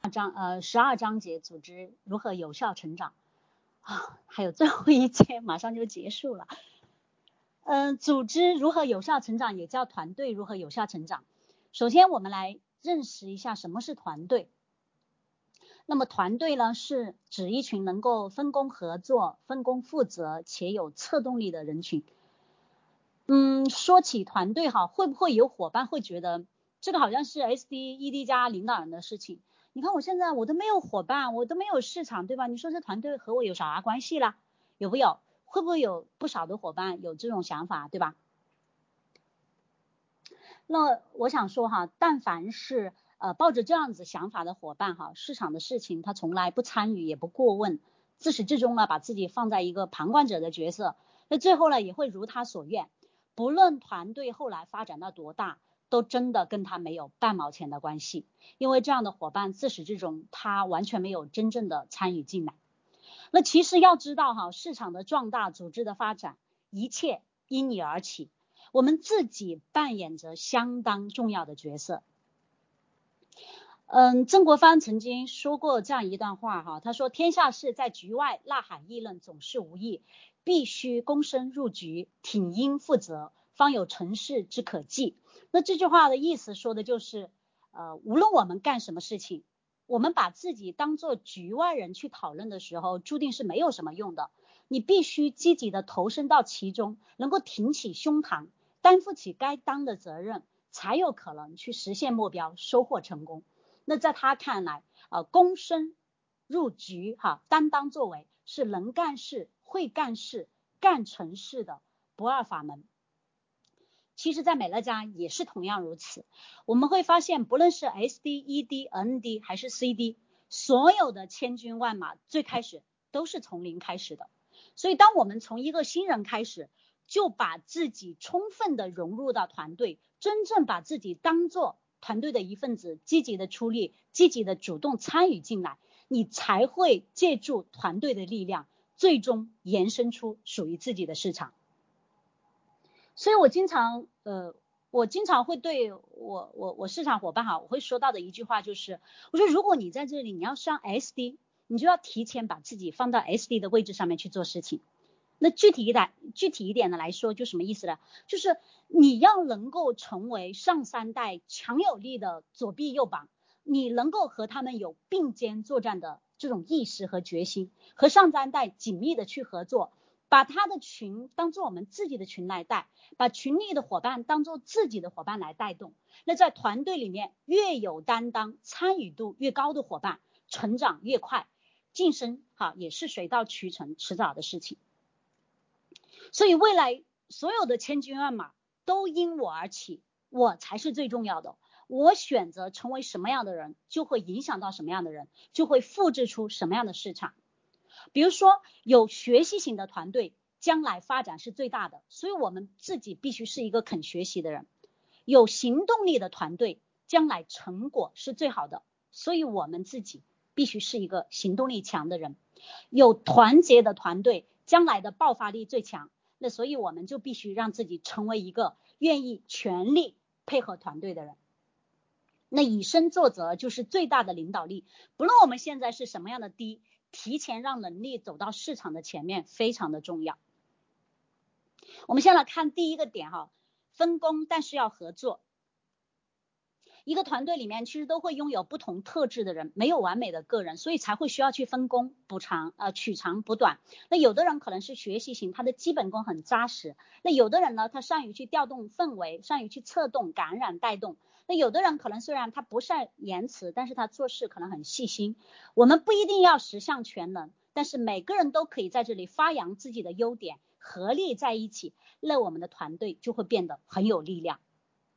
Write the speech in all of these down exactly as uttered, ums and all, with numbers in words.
章呃十二章节组织如何有效成长啊，还有最后一节马上就结束了。嗯、呃，组织如何有效成长也叫团队如何有效成长。首先我们来认识一下什么是团队。那么团队呢，是指一群能够分工合作、分工负责且有策动力的人群。嗯，说起团队哈，会不会有伙伴会觉得这个好像是 S D E D 加领导人的事情？你看我现在我都没有伙伴，我都没有市场，对吧？你说这团队和我有啥关系啦？有没有？会不会有不少的伙伴有这种想法，对吧？那我想说哈，但凡是呃抱着这样子想法的伙伴哈，市场的事情他从来不参与也不过问，自始至终呢把自己放在一个旁观者的角色，那最后呢也会如他所愿，不论团队后来发展到多大，都真的跟他没有半毛钱的关系，因为这样的伙伴自始至终他完全没有真正的参与进来。那其实要知道哈，市场的壮大，组织的发展，一切因你而起，我们自己扮演着相当重要的角色。嗯，曾国藩曾经说过这样一段话哈，他说天下事在局外呐喊议论总是无益，必须躬身入局，挺膺负责，方有成事之可计。那这句话的意思说的就是呃，无论我们干什么事情，我们把自己当作局外人去讨论的时候，注定是没有什么用的。你必须积极的投身到其中，能够挺起胸膛，担负起该当的责任，才有可能去实现目标，收获成功。那在他看来，呃，躬身入局哈，担当作为是能干事、会干事、干成事的不二法门。其实在美乐家也是同样如此，我们会发现不论是 S D E D N D 还是 C D， 所有的千军万马最开始都是从零开始的。所以当我们从一个新人开始，就把自己充分的融入到团队，真正把自己当作团队的一份子，积极的出力，积极的主动参与进来，你才会借助团队的力量，最终延伸出属于自己的市场。所以我经常呃我经常会对我我我市场伙伴哈，我会说到的一句话就是，我说如果你在这里你要上 S D， 你就要提前把自己放到 S D 的位置上面去做事情。那具体一点具体一点的来说，就什么意思呢？就是你要能够成为上三代强有力的左臂右膀，你能够和他们有并肩作战的这种意识和决心，和上三代紧密的去合作，把他的群当做我们自己的群来带，把群里的伙伴当做自己的伙伴来带动。那在团队里面，越有担当、参与度越高的伙伴，成长越快，晋升哈也是水到渠成，迟早的事情。所以未来所有的千军万马都因我而起，我才是最重要的。我选择成为什么样的人，就会影响到什么样的人，就会复制出什么样的市场。比如说有学习型的团队，将来发展是最大的，所以我们自己必须是一个肯学习的人。有行动力的团队，将来成果是最好的，所以我们自己必须是一个行动力强的人。有团结的团队，将来的爆发力最强，那所以我们就必须让自己成为一个愿意全力配合团队的人。那以身作则就是最大的领导力，不论我们现在是什么样的低，提前让能力走到市场的前面非常的重要。我们先来看第一个点哈，分工但是要合作。一个团队里面其实都会拥有不同特质的人，没有完美的个人，所以才会需要去分工补长呃取长补短。那有的人可能是学习型，他的基本功很扎实，那有的人呢他善于去调动氛围，善于去策动感染带动。那有的人可能虽然他不善言辞，但是他做事可能很细心。我们不一定要十项全能，但是每个人都可以在这里发扬自己的优点，合力在一起，那我们的团队就会变得很有力量。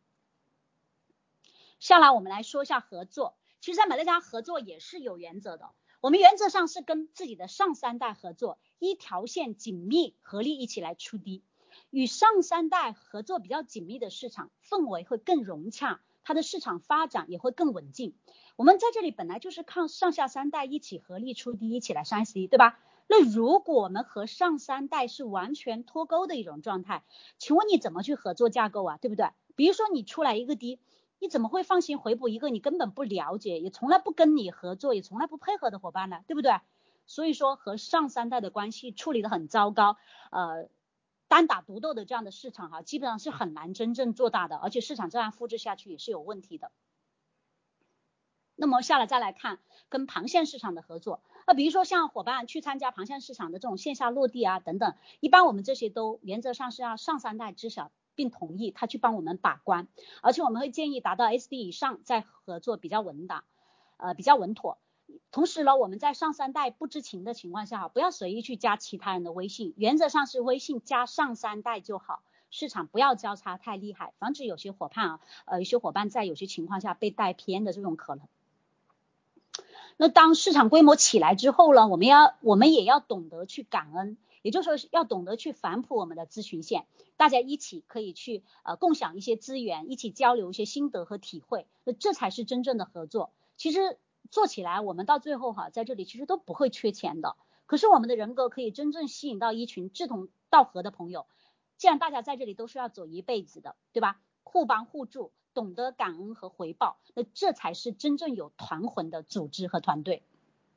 下来我们来说一下合作。其实在美乐家合作也是有原则的，我们原则上是跟自己的上三代合作，一条线紧密合力一起来出低。与上三代合作比较紧密的市场氛围会更融洽，它的市场发展也会更稳定。我们在这里本来就是靠上下三代一起合力出低，一起来上 S D， 对吧？那如果我们和上三代是完全脱钩的一种状态，请问你怎么去合作架构啊，对不对？比如说你出来一个低， 你怎么会放心回补一个你根本不了解，也从来不跟你合作，也从来不配合的伙伴呢？对不对？所以说和上三代的关系处理得很糟糕，呃，单打独斗的这样的市场哈，基本上是很难真正做大的，而且市场这样复制下去也是有问题的。那么下来再来看跟旁线市场的合作，那比如说像伙伴去参加旁线市场的这种线下落地啊等等，一般我们这些都原则上是要上三代知晓并同意他去帮我们把关，而且我们会建议达到 S D 以上再合作比较稳当，呃比较稳妥。同时呢，我们在上三代不知情的情况下，不要随意去加其他人的微信，原则上是微信加上三代就好，市场不要交叉太厉害，防止有些伙伴啊，呃有些伙伴在有些情况下被带偏的这种可能。那当市场规模起来之后呢，我们要我们也要懂得去感恩，也就是说要懂得去反哺我们的咨询线，大家一起可以去呃共享一些资源，一起交流一些心得和体会，那这才是真正的合作。其实做起来我们到最后哈，在这里其实都不会缺钱的，可是我们的人格可以真正吸引到一群志同道合的朋友，既然大家在这里都是要走一辈子的，对吧？互帮互助，懂得感恩和回报，那这才是真正有团魂的组织和团队。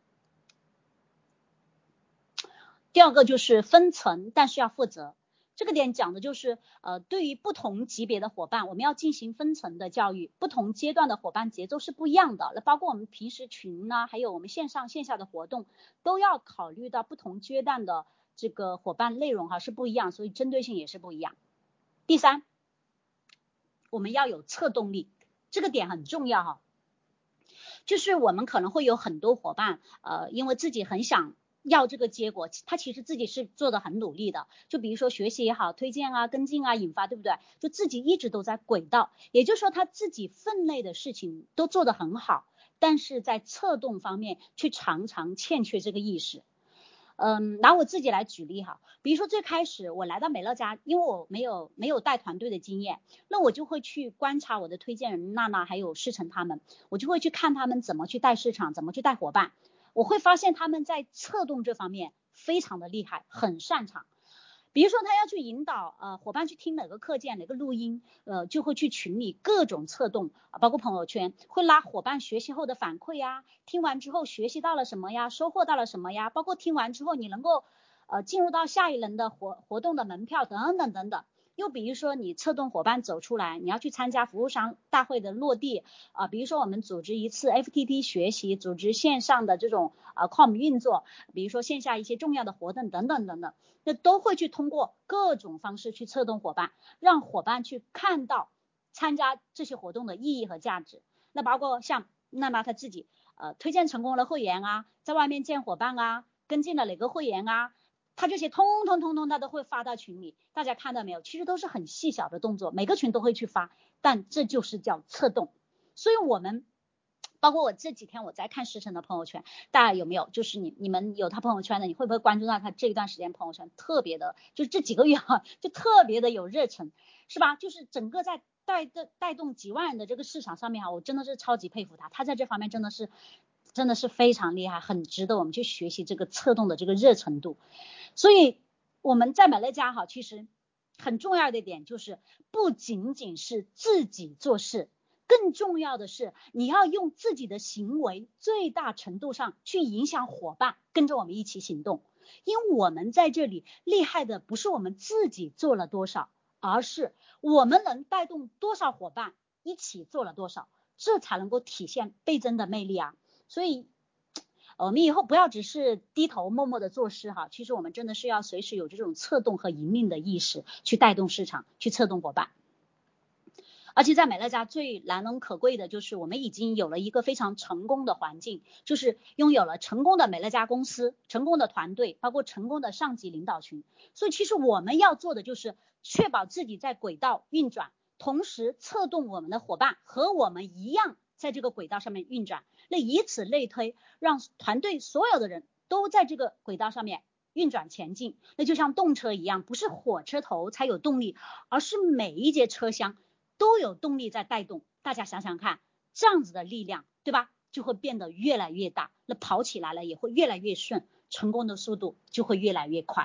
第二个就是分层，但是要负责。这个点讲的就是呃，对于不同级别的伙伴，我们要进行分层的教育，不同阶段的伙伴节奏是不一样的，那包括我们平时群呢，还有我们线上线下的活动，都要考虑到不同阶段的这个伙伴内容哈是不一样，所以针对性也是不一样。第三，我们要有策动力，这个点很重要哈。就是我们可能会有很多伙伴，呃，因为自己很想要这个结果，他其实自己是做的很努力的，就比如说学习也好，推荐啊、跟进啊、引发，对不对？就自己一直都在轨道，也就是说他自己分内的事情都做得很好，但是在策动方面却常常欠缺这个意识。嗯，拿我自己来举例哈，比如说最开始我来到美乐家，因为我没有没有带团队的经验，那我就会去观察我的推荐人娜娜还有世成他们，我就会去看他们怎么去带市场，怎么去带伙伴，我会发现他们在策动这方面非常的厉害，很擅长。比如说他要去引导呃伙伴去听哪个课件哪个录音，呃就会去群里各种策动，包括朋友圈会拉伙伴学习后的反馈呀，听完之后学习到了什么呀，收获到了什么呀，包括听完之后你能够呃进入到下一轮的活活动的门票等等等等。又比如说你策动伙伴走出来，你要去参加服务商大会的落地啊、呃，比如说我们组织一次 F T T 学习，组织线上的这种呃 com 运作，比如说线下一些重要的活动等等等等，那都会去通过各种方式去策动伙伴，让伙伴去看到参加这些活动的意义和价值。那包括像娜娜她自己呃推荐成功的会员啊，在外面见伙伴啊，跟进了哪个会员啊，他这些通通通通他都会发到群里，大家看到没有？其实都是很细小的动作，每个群都会去发，但这就是叫策动。所以我们包括我这几天我在看石成的朋友圈，大家有没有？就是你你们有他朋友圈的，你会不会关注到他这一段时间朋友圈特别的，就是这几个月哈、啊，就特别的有热忱，是吧？就是整个在带带带动几万人的这个市场上面哈、啊，我真的是超级佩服他，他在这方面真的是真的是非常厉害，很值得我们去学习这个策动的这个热程度。所以我们在美乐家哈，其实很重要的一点就是不仅仅是自己做事，更重要的是你要用自己的行为最大程度上去影响伙伴跟着我们一起行动。因为我们在这里厉害的不是我们自己做了多少，而是我们能带动多少伙伴一起做了多少，这才能够体现倍增的魅力啊。所以我们以后不要只是低头默默的做事哈，其实我们真的是要随时有这种策动和引领的意识，去带动市场，去策动伙伴。而且在美乐家最难能可贵的就是我们已经有了一个非常成功的环境，就是拥有了成功的美乐家公司，成功的团队，包括成功的上级领导群。所以其实我们要做的就是确保自己在轨道运转，同时策动我们的伙伴和我们一样在这个轨道上面运转，那以此类推，让团队所有的人都在这个轨道上面运转前进。那就像动车一样，不是火车头才有动力，而是每一节车厢都有动力在带动。大家想想看，这样子的力量，对吧？就会变得越来越大，那跑起来了也会越来越顺，成功的速度就会越来越快。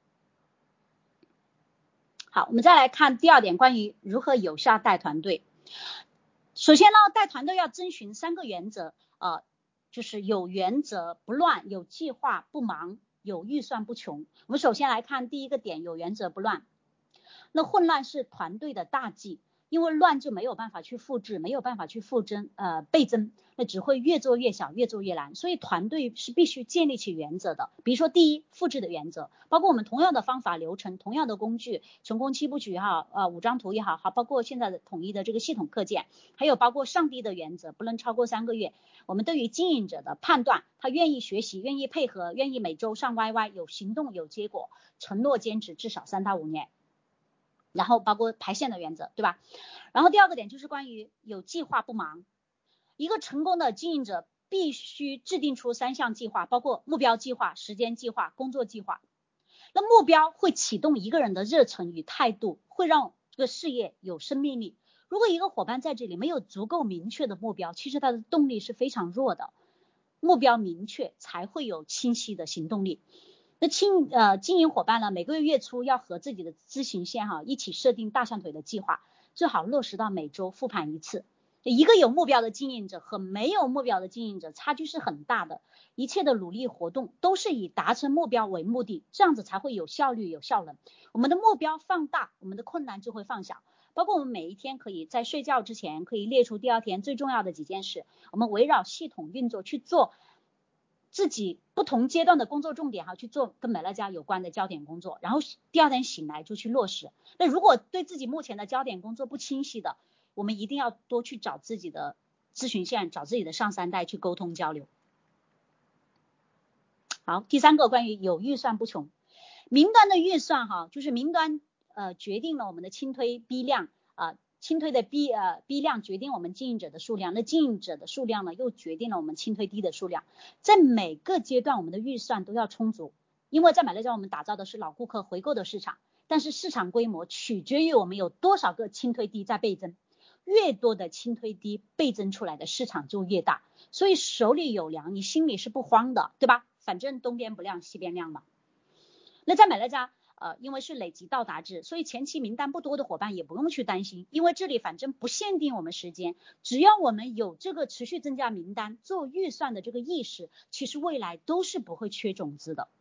好，我们再来看第二点，关于如何有效带团队。 首先呢，带团队要遵循三个原则，呃，就是有原则不乱，有计划不忙，有预算不穷。我们首先来看第一个点，有原则不乱。那混乱是团队的大忌，因为乱就没有办法去复制，没有办法去复增呃倍增，那只会越做越小，越做越难。所以团队是必须建立起原则的。比如说第一，复制的原则，包括我们同样的方法流程，同样的工具，成功七部曲也好，呃五张图也好，好包括现在的统一的这个系统课件，还有包括上帝的原则，不能超过三个月。我们对于经营者的判断，他愿意学习，愿意配合，愿意每周上 Y Y， 有行动有结果，承诺坚持至少三到五年。然后包括排线的原则，对吧？然后第二个点就是关于有计划不忙。一个成功的经营者必须制定出三项计划，包括目标计划、时间计划、工作计划。那目标会启动一个人的热忱与态度，会让这个事业有生命力。如果一个伙伴在这里没有足够明确的目标，其实他的动力是非常弱的。目标明确才会有清晰的行动力。那经呃经营伙伴呢，每个月月初要和自己的咨询线哈一起设定大象腿的计划，最好落实到每周复盘一次。一个有目标的经营者和没有目标的经营者差距是很大的，一切的努力活动都是以达成目标为目的，这样子才会有效率有效能。我们的目标放大，我们的困难就会放小。包括我们每一天可以在睡觉之前可以列出第二天最重要的几件事，我们围绕系统运作去做自己不同阶段的工作重点哈，去做跟美乐家有关的焦点工作，然后第二天醒来就去落实。那如果对自己目前的焦点工作不清晰的，我们一定要多去找自己的咨询线，找自己的上三代去沟通交流。好，第三个关于有预算不穷。名端的预算哈，就是名端呃决定了我们的轻推 B 量啊。呃轻推的 B 呃 B 量决定我们经营者的数量，那经营者的数量呢，又决定了我们轻推 D 的数量。在每个阶段，我们的预算都要充足，因为在美乐家我们打造的是老顾客回购的市场，但是市场规模取决于我们有多少个轻推 D 在倍增，越多的轻推 D 倍增出来的市场就越大，所以手里有粮，你心里是不慌的，对吧？反正东边不亮西边亮嘛。那在美乐家呃，因为是累积到达制，所以前期名单不多的伙伴也不用去担心，因为这里反正不限定我们时间，只要我们有这个持续增加名单做预算的这个意识，其实未来都是不会缺种子的。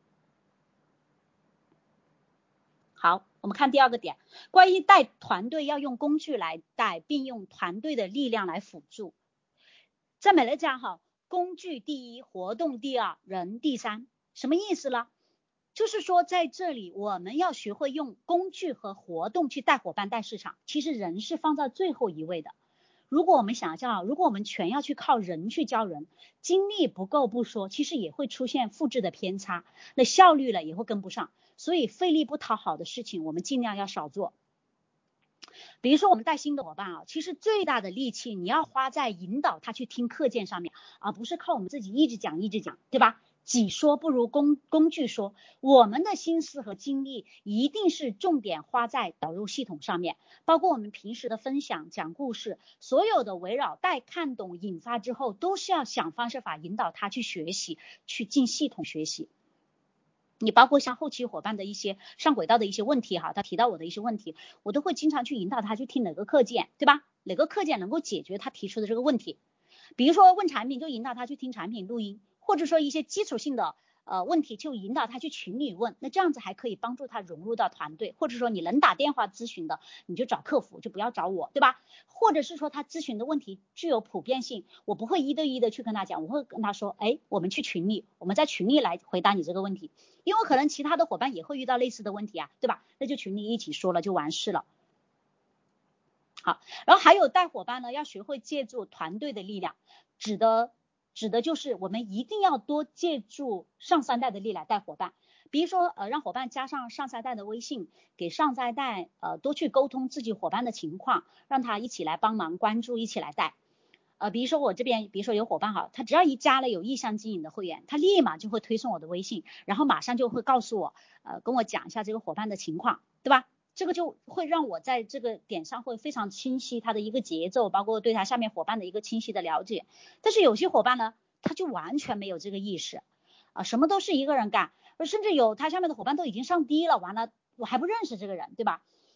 好，我们看第二个点，关于带团队要用工具来带，并用团队的力量来辅助。在美乐家哈，工具第一，活动第二，人第三。什么意思呢？就是说在这里我们要学会用工具和活动去带伙伴带市场，其实人是放在最后一位的。如果我们想象，如果我们全要去靠人去教人，精力不够不说，其实也会出现复制的偏差，那效率呢也会跟不上。所以费力不讨好的事情我们尽量要少做。比如说我们带新的伙伴啊，其实最大的力气你要花在引导他去听课件上面，而不是靠我们自己一直讲一直讲，对吧？己说不如工工具说，我们的心思和精力一定是重点花在导入系统上面，包括我们平时的分享讲故事，所有的围绕带看懂引发之后，都是要想方设法引导他去学习，去进系统学习。你包括像后期伙伴的一些上轨道的一些问题哈，他提到我的一些问题，我都会经常去引导他去听哪个课件，对吧？哪个课件能够解决他提出的这个问题。比如说问产品，就引导他去听产品录音，或者说一些基础性的呃问题就引导他去群里问，那这样子还可以帮助他融入到团队。或者说你能打电话咨询的你就找客服，就不要找我，对吧？或者是说他咨询的问题具有普遍性，我不会一对一的去跟他讲，我会跟他说，哎，我们去群里，我们在群里来回答你这个问题，因为可能其他的伙伴也会遇到类似的问题啊，对吧？那就群里一起说了就完事了。好，然后还有带伙伴呢，要学会借助团队的力量，指的指的就是我们一定要多借助上三代的力量带伙伴。比如说呃让伙伴加上上三代的微信，给上三代呃多去沟通自己伙伴的情况，让他一起来帮忙关注，一起来带。呃比如说我这边比如说有伙伴哈，他只要一加了有意向经营的会员，他立马就会推送我的微信，然后马上就会告诉我呃跟我讲一下这个伙伴的情况，对吧？这个就会让我在这个点上会非常清晰他的一个节奏，包括对他下面伙伴的一个清晰的了解。但是有些伙伴呢，他就完全没有这个意识啊，什么都是一个人干，甚至有他下面的伙伴都已经上低了，完了我还不认识这个人，对吧？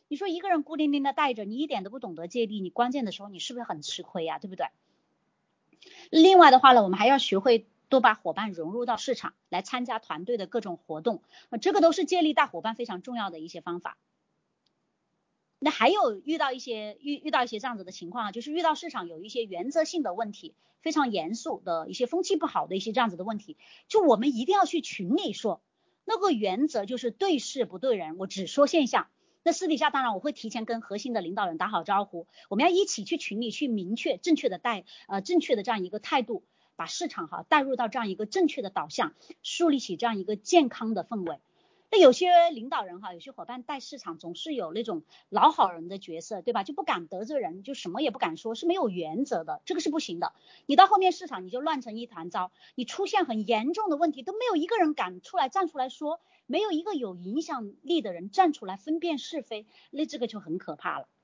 你说一个人孤零零的带着，你一点都不懂得接力，你关键的时候你是不是很吃亏呀，对不对？另外的话呢，我们还要学会多把伙伴融入到市场，来参加团队的各种活动，这个都是建立大伙伴非常重要的一些方法。那还有遇到一些遇遇到一些这样子的情况啊，就是遇到市场有一些原则性的问题，非常严肃的一些风气不好的一些这样子的问题，就我们一定要去群里说，那个原则就是对事不对人，我只说现象。那私底下当然我会提前跟核心的领导人打好招呼，我们要一起去群里去明确正确的带呃正确的这样一个态度，把市场哈带入到这样一个正确的导向，树立起这样一个健康的氛围。那有些领导人哈，有些伙伴带市场总是有那种老好人的角色，对吧？就不敢得罪人，就什么也不敢说，是没有原则的，这个是不行的。你到后面市场你就乱成一团糟，你出现很严重的问题，都没有一个人敢出来站出来说，没有一个有影响力的人站出来分辨是非，那这个就很可怕了。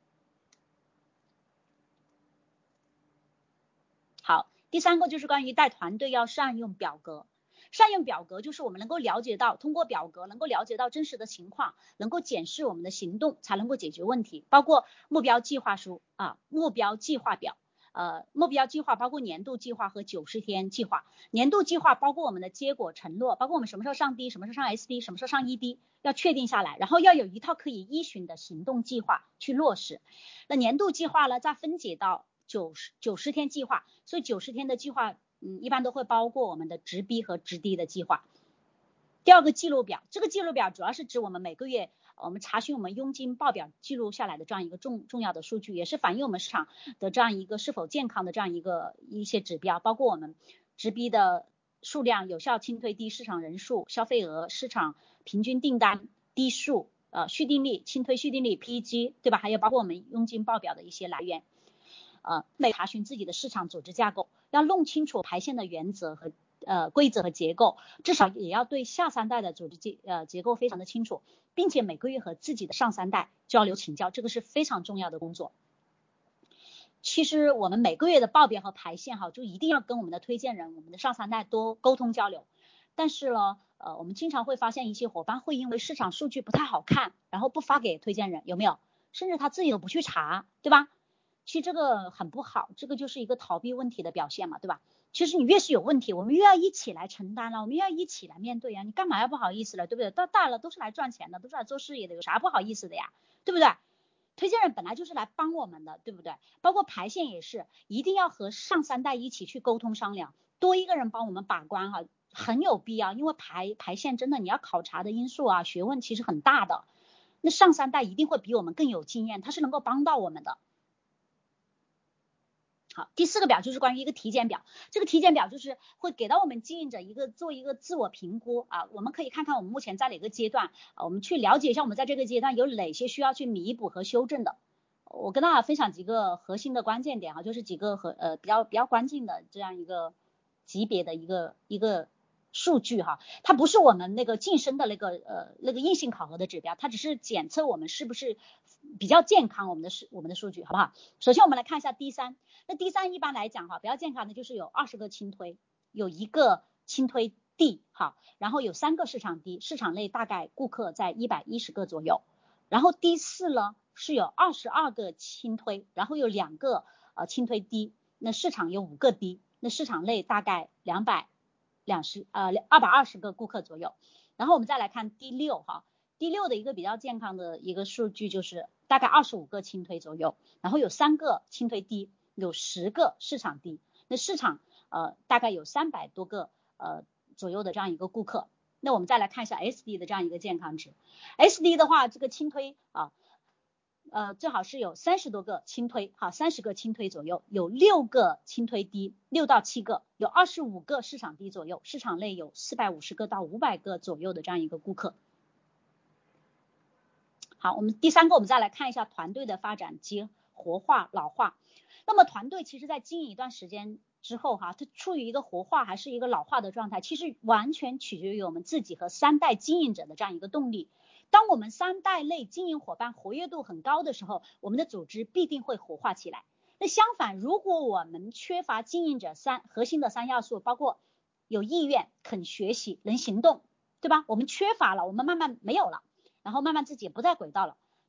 好，第三个就是关于带团队要善用表格。善用表格就是我们能够了解到，通过表格能够了解到真实的情况，能够检视我们的行动，才能够解决问题。包括目标计划书啊，目标计划表，呃，目标计划包括年度计划和九十天计划。年度计划包括我们的结果承诺，包括我们什么时候上 D， 什么时候上 S D， 什么时候上 E D， 要确定下来，然后要有一套可以依循的行动计划去落实。那年度计划呢，再分解到九十九十天计划，所以九十天的计划。嗯，一般都会包括我们的直逼和直低的计划。第二个记录表，这个记录表主要是指我们每个月我们查询我们佣金报表记录下来的这样一个重重要的数据，也是反映我们市场的这样一个是否健康的这样一个一些指标，包括我们直逼的数量、有效清退低市场人数、消费额、市场平均订单低数、呃续订率、清退续订率、P G， 对吧？还有包括我们佣金报表的一些来源。呃，每查询自己的市场组织架构，要弄清楚排线的原则和呃规则和结构，至少也要对下三代的组织结呃结构非常的清楚，并且每个月和自己的上三代交流请教，这个是非常重要的工作。其实我们每个月的报表和排线哈，就一定要跟我们的推荐人、我们的上三代多沟通交流。但是呢，呃，我们经常会发现一些伙伴会因为市场数据不太好看，然后不发给推荐人，有没有？甚至他自己都不去查，对吧？其实这个很不好，这个就是一个逃避问题的表现嘛，对吧？其实你越是有问题，我们越要一起来承担了，我们要一起来面对呀。你干嘛要不好意思了，对不对？到大了都是来赚钱的，都是来做事业的，有啥不好意思的呀，对不对？推荐人本来就是来帮我们的，对不对？包括排线也是，一定要和上三代一起去沟通商量，多一个人帮我们把关哈，很有必要。因为排排线真的你要考察的因素啊，学问其实很大的。那上三代一定会比我们更有经验，他是能够帮到我们的。好，第四个表就是关于一个体检表，这个体检表就是会给到我们经营者一个做一个自我评估啊，我们可以看看我们目前在哪个阶段啊，我们去了解一下我们在这个阶段有哪些需要去弥补和修正的。我跟大家分享几个核心的关键点啊，就是几个和呃比较比较关键的这样一个级别的一个一个数据哈，它不是我们那个晋升的那个呃那个硬性考核的指标，它只是检测我们是不是比较健康我们的数我们的数据，好不好？首先我们来看一下 D 三，那 D 三一般来讲哈，比较健康的就是有二十个轻推，有一个轻推 D 哈，然后有三个市场 D， 市场内大概顾客在一百一十个左右。然后 D 四呢是有二十二个轻推，然后有两个呃轻推 D， 那市场有五个 D， 那市场内大概两百两十呃二百二十个顾客左右。然后我们再来看 D 六哈，第六的一个比较健康的一个数据就是大概二十五个轻推左右，然后有三个轻推低，有十个市场低，那市场呃大概有三百多个呃左右的这样一个顾客。那我们再来看一下 S D 的这样一个健康值 ，S D 的话这个轻推啊呃最好是有三十多个轻推哈，三十个轻推左右，有六个轻推低，六到七个，有二十五个市场低左右，市场内有四百五十个到五百个左右的这样一个顾客。好，我们第三个我们再来看一下团队的发展及活化老化。那么团队其实在经营一段时间之后哈，它处于一个活化还是一个老化的状态，其实完全取决于我们自己和三代经营者的这样一个动力。当我们三代内经营伙伴活跃度很高的时候，我们的组织必定会活化起来。那相反，如果我们缺乏经营者三核心的三要素，包括有意愿、肯学习、能行动，对吧？我们缺乏了，我们慢慢没有了，然后慢慢自己也不在轨道了，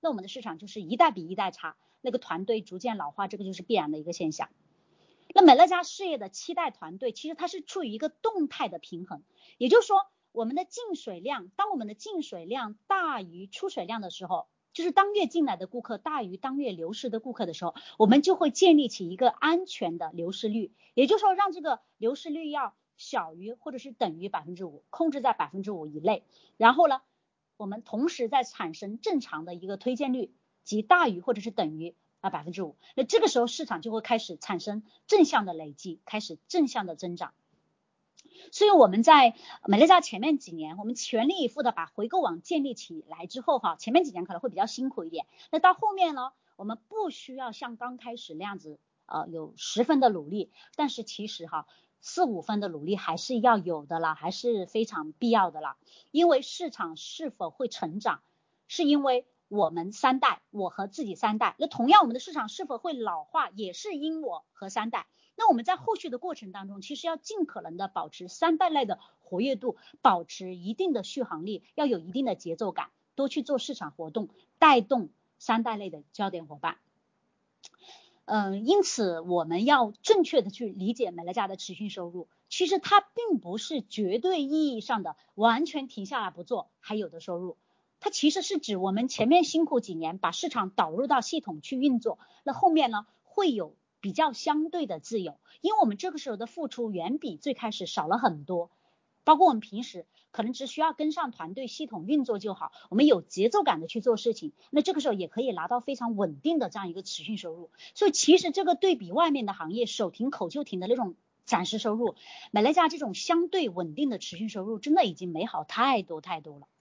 那我们的市场就是一代比一代差，那个团队逐渐老化，这个就是必然的一个现象。那美乐家事业的期待团队其实它是处于一个动态的平衡，也就是说我们的进水量，当我们的进水量大于出水量的时候，就是当月进来的顾客大于当月流失的顾客的时候，我们就会建立起一个安全的流失率，也就是说让这个流失率要小于或者是等于百分之五，控制在百分之五以内。然后呢，我们同时在产生正常的一个推荐率，即大于或者是等于啊百分之五。那这个时候市场就会开始产生正向的累积，开始正向的增长。所以我们在美乐家前面几年，我们全力以赴的把回购网建立起来之后哈，前面几年可能会比较辛苦一点。那到后面呢，我们不需要像刚开始那样子呃有十分的努力，但是其实哈四五分的努力还是要有的啦，还是非常必要的啦。因为市场是否会成长，是因为我们三代，我和自己三代。那同样我们的市场是否会老化，也是因我和三代。那我们在后续的过程当中，其实要尽可能的保持三代内的活跃度，保持一定的续航力，要有一定的节奏感，多去做市场活动，带动三代内的焦点伙伴。嗯，因此我们要正确的去理解美乐家的持续收入，其实它并不是绝对意义上的完全停下来不做还有的收入，它其实是指我们前面辛苦几年把市场导入到系统去运作，那后面呢会有比较相对的自由，因为我们这个时候的付出远比最开始少了很多，包括我们平时可能只需要跟上团队系统运作就好，我们有节奏感的去做事情，那这个时候也可以拿到非常稳定的这样一个持续收入。所以其实这个对比外面的行业手停口就停的那种暂时收入，美乐家这种相对稳定的持续收入真的已经美好太多太多了。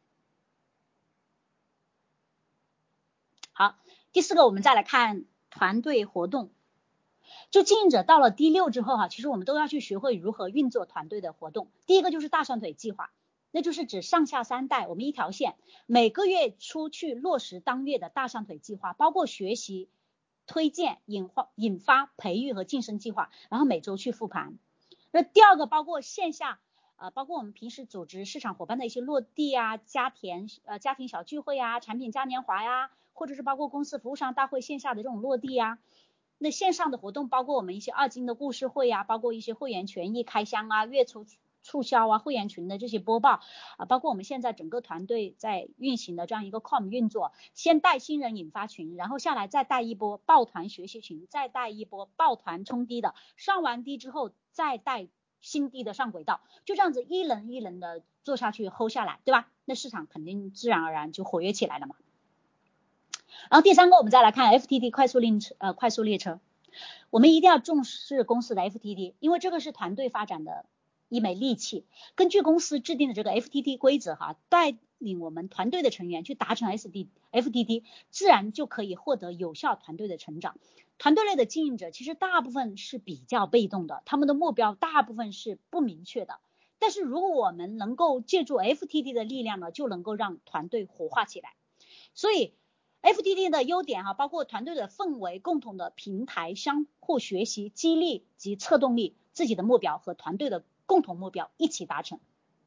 好，第四个我们再来看团队活动。就经营者到了第六之后哈，其实我们都要去学会如何运作团队的活动。第一个就是大双腿计划，那就是指上下三代我们一条线，每个月出去落实当月的大双腿计划，包括学习、推荐、引发、引发、培育和晋升计划，然后每周去复盘。那第二个包括线下。呃，包括我们平时组织市场伙伴的一些落地啊，家庭呃家庭小聚会啊，产品嘉年华呀，或者是包括公司服务商大会线下的这种落地啊。那线上的活动包括我们一些二金的故事会啊，包括一些会员权益开箱啊，月促促销啊，会员群的这些播报啊，包括我们现在整个团队在运行的这样一个 com 运作，先带新人引发群，然后下来再带一波抱团学习群，再带一波抱团冲低的，上完低之后再带新低的上轨道，就这样子一轮一轮的做下去 hold 下来，对吧？那市场肯定自然而然就活跃起来了嘛。然后第三个我们再来看 F T D 快速列车呃快速列车，我们一定要重视公司的 F T D， 因为这个是团队发展的一枚利器。根据公司制定的这个 F T D 规则哈，带领我们团队的成员去达成 F T D， 自然就可以获得有效团队的成长。团队类的经营者其实大部分是比较被动的，他们的目标大部分是不明确的。但是如果我们能够借助 F T D 的力量呢，就能够让团队活化起来。所以 F T D 的优点哈，包括团队的氛围、共同的平台、相互学习、激励及策动力，自己的目标和团队的共同目标一起达成。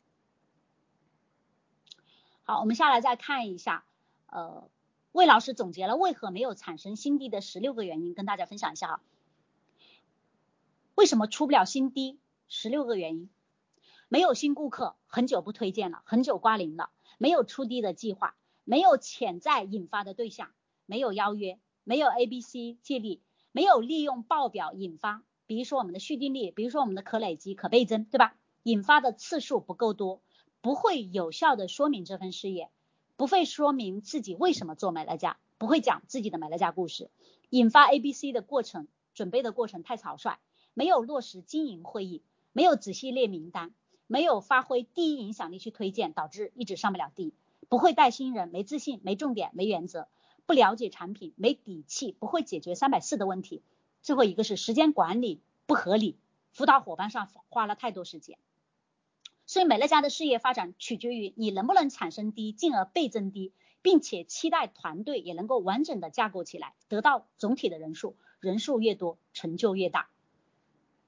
好，我们下来再看一下，呃，魏老师总结了为何没有产生新低的十六个原因，跟大家分享一下啊。为什么出不了新低？十六个原因。没有新顾客，很久不推荐了，很久挂零了，没有出低的计划，没有潜在引发的对象，没有邀约，没有 A B C 借力，没有利用报表引发，比如说我们的续订率，比如说我们的可累积、可倍增，对吧？引发的次数不够多，不会有效的说明这份事业，不会说明自己为什么做美乐家，不会讲自己的美乐家故事，引发 A B C 的过程，准备的过程太草率，没有落实经营会议，没有仔细列名单，没有发挥第一影响力去推荐，导致一直上不了地，不会带新人，没自信，没重点，没原则，不了解产品，没底气，不会解决三百四的问题。最后一个是时间管理不合理，辅导伙伴上花了太多时间。所以美乐家的事业发展取决于你能不能产生低，进而倍增低，并且期待团队也能够完整的架构起来，得到总体的人数，人数越多，成就越大。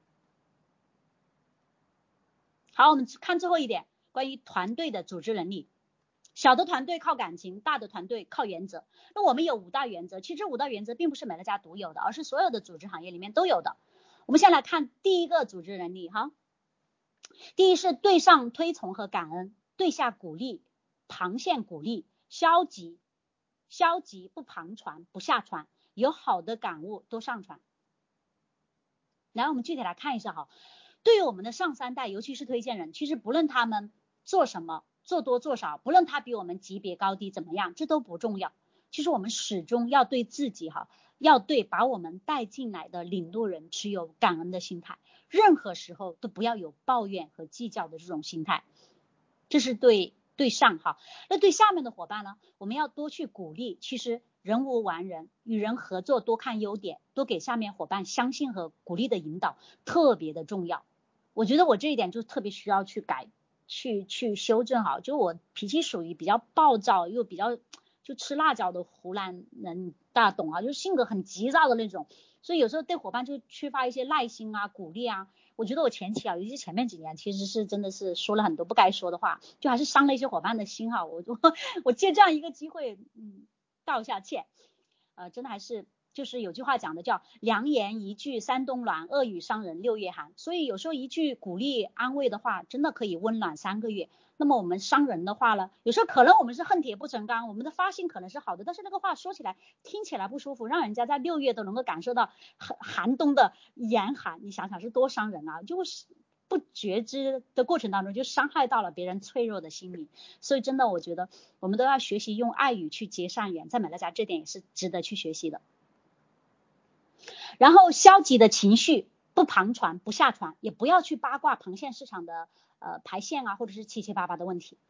好，我们看最后一点，关于团队的组织能力。 小的团队靠感情，大的团队靠原则。那我们有五大原则，其实五大原则并不是美乐家独有的，而是所有的组织行业里面都有的。我们先来看第一个组织能力哈，第一是对上推崇和感恩，对下鼓励，旁线鼓励，消极消极不旁传不下传，有好的感悟多上传。来，我们具体来看一下哈，对于我们的上三代，尤其是推荐人，其实不论他们做什么，做多做少，不论他比我们级别高低怎么样，这都不重要。其实我们始终要对自己哈，要对把我们带进来的领路人持有感恩的心态，任何时候都不要有抱怨和计较的这种心态。这是对对上哈。那对下面的伙伴呢，我们要多去鼓励。其实人无完人，与人合作多看优点，多给下面伙伴相信和鼓励的引导，特别的重要。我觉得我这一点就特别需要去改，去去修正好。就我脾气属于比较暴躁，又比较就吃辣椒的湖南人，大家懂啊，就是性格很急躁的那种，所以有时候对伙伴就缺乏一些耐心啊、鼓励啊。我觉得我前期啊，尤其前面几年，其实是真的是说了很多不该说的话，就还是伤了一些伙伴的心哈。我就我借这样一个机会，嗯，道一下歉。呃，真的还是就是有句话讲的叫良言一句三冬暖，恶语伤人六月寒。所以有时候一句鼓励安慰的话，真的可以温暖三个月。那么我们伤人的话呢，有时候可能我们是恨铁不成钢，我们的发心可能是好的，但是那个话说起来听起来不舒服，让人家在六月都能够感受到寒寒冬的严寒，你想想是多伤人啊！就是不觉知的过程当中就伤害到了别人脆弱的心理。所以真的我觉得我们都要学习用爱语去结善缘，在美乐家这点也是值得去学习的。然后消极的情绪不旁传不下传，也不要去八卦螃蟹市场的呃排线啊，或者是七七八八的问题。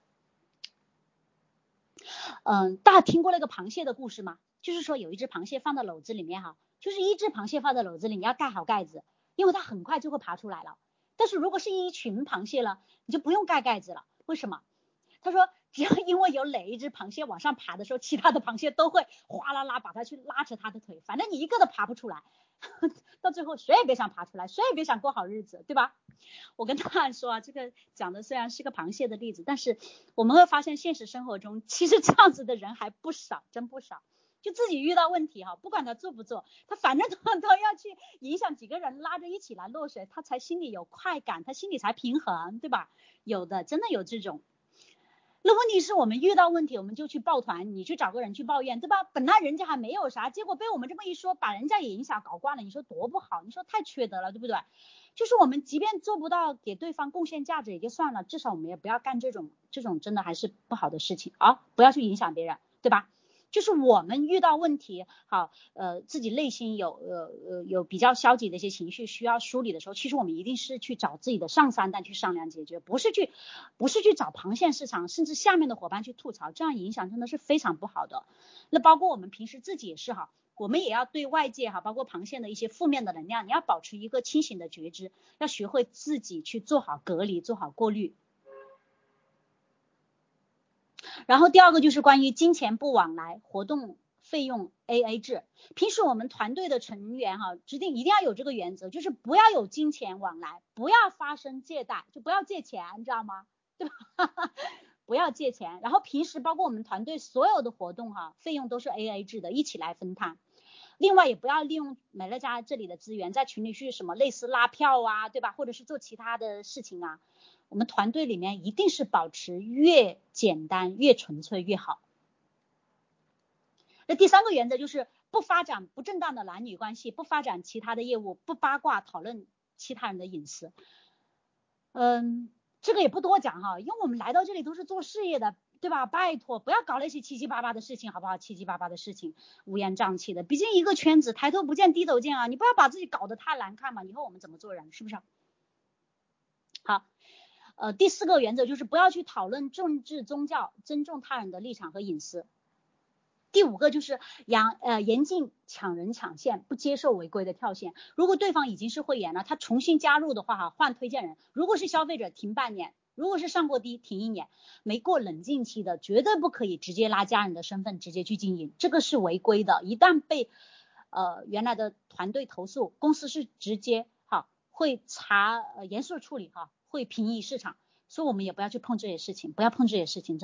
嗯，大家听过那个螃蟹的故事吗？就是说有一只螃蟹放到篓子里面哈，就是一只螃蟹放在篓子里，你要盖好盖子，因为它很快就会爬出来了。但是如果是一群螃蟹了，你就不用盖盖子了。为什么？他说只要因为有哪一只螃蟹往上爬的时候，其他的螃蟹都会哗啦啦把它去拉扯它的腿，反正你一个都爬不出来，到最后谁也别想爬出来，谁也别想过好日子，对吧？我跟大家说啊，这个讲的虽然是个螃蟹的例子，但是我们会发现现实生活中其实这样子的人还不少，真不少。就自己遇到问题哈，不管他做不做，他反正都都要去影响几个人拉着一起来落水，他才心里有快感，他心里才平衡，对吧？有的真的有这种。那问题是我们遇到问题我们就去抱团，你去找个人去抱怨，对吧？本来人家还没有啥，结果被我们这么一说，把人家也影响搞惯了，你说多不好，你说太缺德了，对不对？就是我们即便做不到给对方贡献价值也就算了，至少我们也不要干这种这种真的还是不好的事情啊，不要去影响别人，对吧？就是我们遇到问题，好，呃，自己内心有呃呃有比较消极的一些情绪需要梳理的时候，其实我们一定是去找自己的上三代去商量解决，不是去不是去找螃蟹市场，甚至下面的伙伴去吐槽，这样影响真的是非常不好的。那包括我们平时自己也是哈，我们也要对外界哈，包括螃蟹的一些负面的能量，你要保持一个清醒的觉知，要学会自己去做好隔离，做好过滤。然后第二个就是关于金钱不往来，活动费用 A A 制。平时我们团队的成员哈，指定一定要有这个原则，就是不要有金钱往来，不要发生借贷，就不要借钱，你知道吗？对吧？不要借钱。然后平时包括我们团队所有的活动哈，费用都是 A A 制的，一起来分摊。另外也不要利用美乐家这里的资源在群里去什么类似拉票啊，对吧？或者是做其他的事情啊。我们团队里面一定是保持越简单越纯粹越好。那第三个原则就是不发展不正当的男女关系，不发展其他的业务，不八卦讨论其他人的隐私。嗯，这个也不多讲哈，因为我们来到这里都是做事业的，对吧？拜托不要搞那些七七八八的事情，好不好？七七八八的事情乌烟瘴气的，毕竟一个圈子抬头不见低头见啊，你不要把自己搞得太难看嘛，以后我们怎么做人，是不是？好。呃，第四个原则就是不要去讨论政治宗教，尊重他人的立场和隐私。第五个就是严呃严禁抢人抢线，不接受违规的跳线。如果对方已经是会员了，他重新加入的话哈，换推荐人。如果是消费者停半年，如果是上过低停一年，没过冷静期的，绝对不可以直接拉家人的身份直接去经营，这个是违规的。一旦被呃原来的团队投诉，公司是直接哈会查呃严肃处理哈。会平抑市场，所以我们也不要去碰这些事情，不要碰这些事情，真的。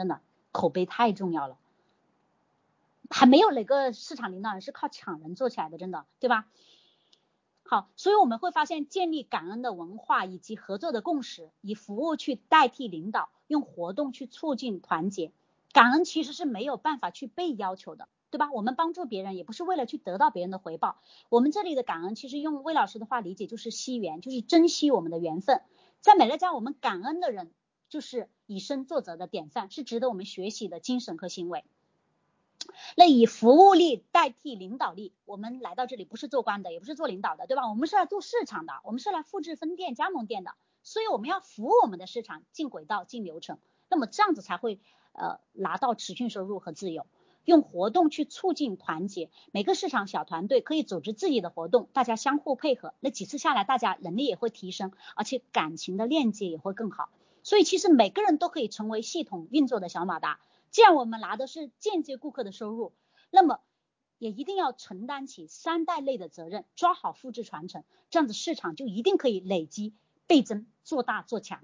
口碑太重要了，还没有哪个市场领导人是靠抢人做起来的，真的，对吧？好，所以我们会发现建立感恩的文化以及合作的共识，以服务去代替领导，用活动去促进团结。感恩其实是没有办法去被要求的，对吧？我们帮助别人也不是为了去得到别人的回报，我们这里的感恩其实用魏老师的话理解就是惜缘，就是珍惜我们的缘分。在美乐家我们感恩的人就是以身作则的典范，是值得我们学习的精神和行为。那以服务力代替领导力，我们来到这里不是做官的，也不是做领导的，对吧？我们是来做市场的，我们是来复制分店加盟店的，所以我们要服务我们的市场进轨道进流程，那么这样子才会呃拿到持续收入和自由。用活动去促进团结，每个市场小团队可以组织自己的活动，大家相互配合，那几次下来大家能力也会提升，而且感情的链接也会更好。所以其实每个人都可以成为系统运作的小马达。既然我们拿的是间接顾客的收入，那么也一定要承担起三代内的责任，抓好复制传承，这样子市场就一定可以累积倍增，做大做强。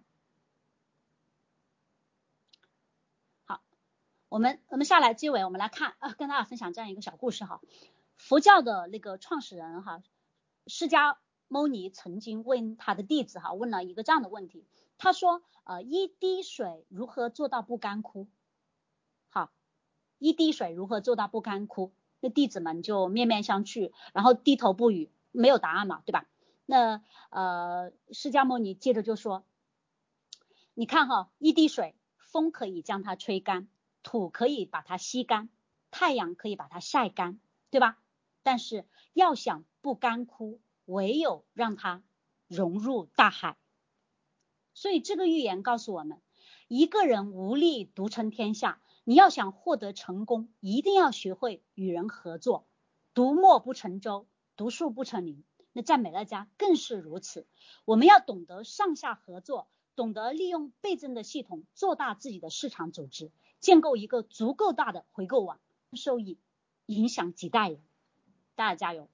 好，我们我们下来结尾，我们来看啊，跟大家分享这样一个小故事哈。佛教的那个创始人哈，释迦牟尼曾经问他的弟子哈，问了一个这样的问题，他说呃，一滴水如何做到不干枯？好，一滴水如何做到不干枯？那弟子们就面面相觑，然后低头不语，没有答案嘛，对吧？那呃，释迦牟尼接着就说，你看哈，一滴水，风可以将它吹干，土可以把它吸干，太阳可以把它晒干，对吧？但是要想不干枯，唯有让它融入大海。所以这个寓言告诉我们，一个人无力独撑天下，你要想获得成功，一定要学会与人合作。独木不成舟，独树不成林。那在美乐家更是如此，我们要懂得上下合作，懂得利用倍增的系统做大自己的市场组织，建构一个足够大的回购网，收益影响几代人。大家加油！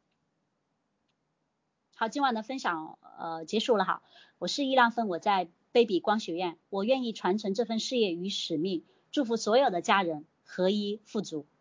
好，今晚的分享呃结束了哈，我是易浪芬，我在卑比光学院，我愿意传承这份事业与使命，祝福所有的家人合一富足。